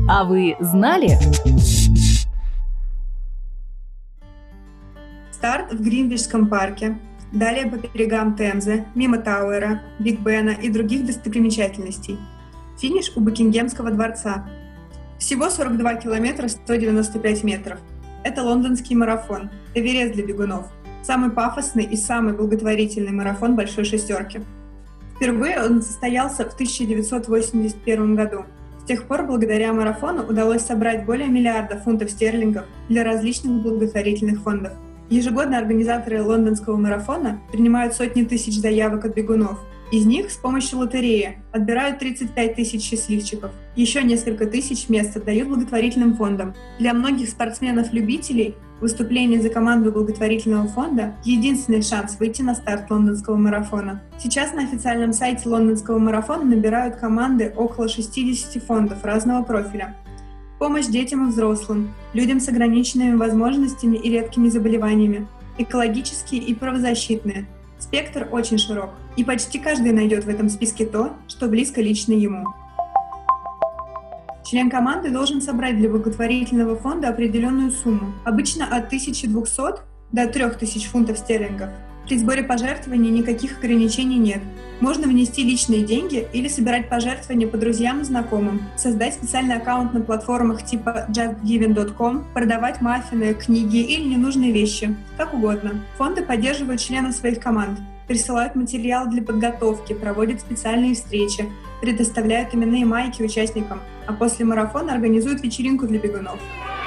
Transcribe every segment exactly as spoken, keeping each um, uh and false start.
А вы знали? Старт в Гринвичском парке, далее по берегам Темзы, мимо Тауэра, Биг Бена и других достопримечательностей. Финиш у Букингемского дворца. Всего сорок два километра сто девяносто пять метров. Это лондонский марафон, Эверест для бегунов. Самый пафосный и самый благотворительный марафон Большой Шестерки. Впервые он состоялся в тысяча девятьсот восемьдесят первом году. С тех пор, благодаря марафону, удалось собрать более миллиарда фунтов стерлингов для различных благотворительных фондов. Ежегодно организаторы лондонского марафона принимают сотни тысяч заявок от бегунов. Из них с помощью лотереи отбирают тридцать пять тысяч счастливчиков. Еще несколько тысяч мест отдают благотворительным фондам. Для многих спортсменов-любителей выступление за команду благотворительного фонда – единственный шанс выйти на старт лондонского марафона. Сейчас на официальном сайте лондонского марафона набирают команды около шестидесяти фондов разного профиля. Помощь детям и взрослым, людям с ограниченными возможностями и редкими заболеваниями, экологические и правозащитные. Спектр очень широк, и почти каждый найдет в этом списке то, что близко лично ему. Член команды должен собрать для благотворительного фонда определенную сумму, обычно от тысячи двухсот до трёх тысяч фунтов стерлингов. При сборе пожертвований никаких ограничений нет. Можно внести личные деньги или собирать пожертвования по друзьям и знакомым, создать специальный аккаунт на платформах типа джаст гивен точка ком, продавать маффины, книги или ненужные вещи, как угодно. Фонды поддерживают членов своих команд, присылают материал для подготовки, проводят специальные встречи, предоставляют именные майки участникам, а после марафона организуют вечеринку для бегунов.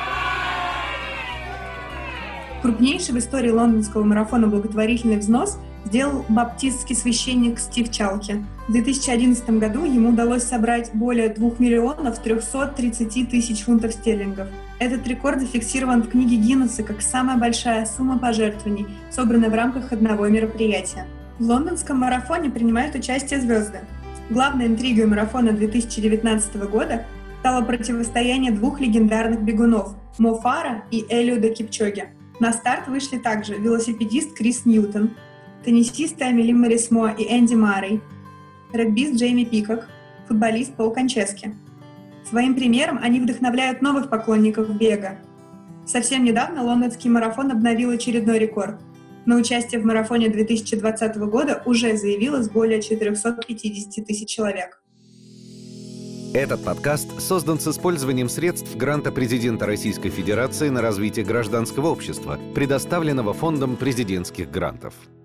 Крупнейший в истории лондонского марафона благотворительный взнос сделал баптистский священник Стив Чалки. В две тысячи одиннадцатом году ему удалось собрать более двух миллионов трёхсот тридцати тысяч фунтов стерлингов. Этот рекорд зафиксирован в книге Гиннесса как самая большая сумма пожертвований, собранная в рамках одного мероприятия. В лондонском марафоне принимают участие звезды. Главной интригой марафона две тысячи девятнадцатого года стало противостояние двух легендарных бегунов – Мо Фара и Элиуда Кипчоги. На старт вышли также велосипедист Крис Ньютон, теннисисты Амели Марисмо и Энди Маррей, регбист Джейми Пикок, футболист Пол Кончески. Своим примером они вдохновляют новых поклонников бега. Совсем недавно лондонский марафон обновил очередной рекорд. На участие в марафоне две тысячи двадцатого года уже заявилось более четырёхсот пятидесяти тысяч человек. Этот подкаст создан с использованием средств гранта президента Российской Федерации на развитие гражданского общества, предоставленного Фондом президентских грантов.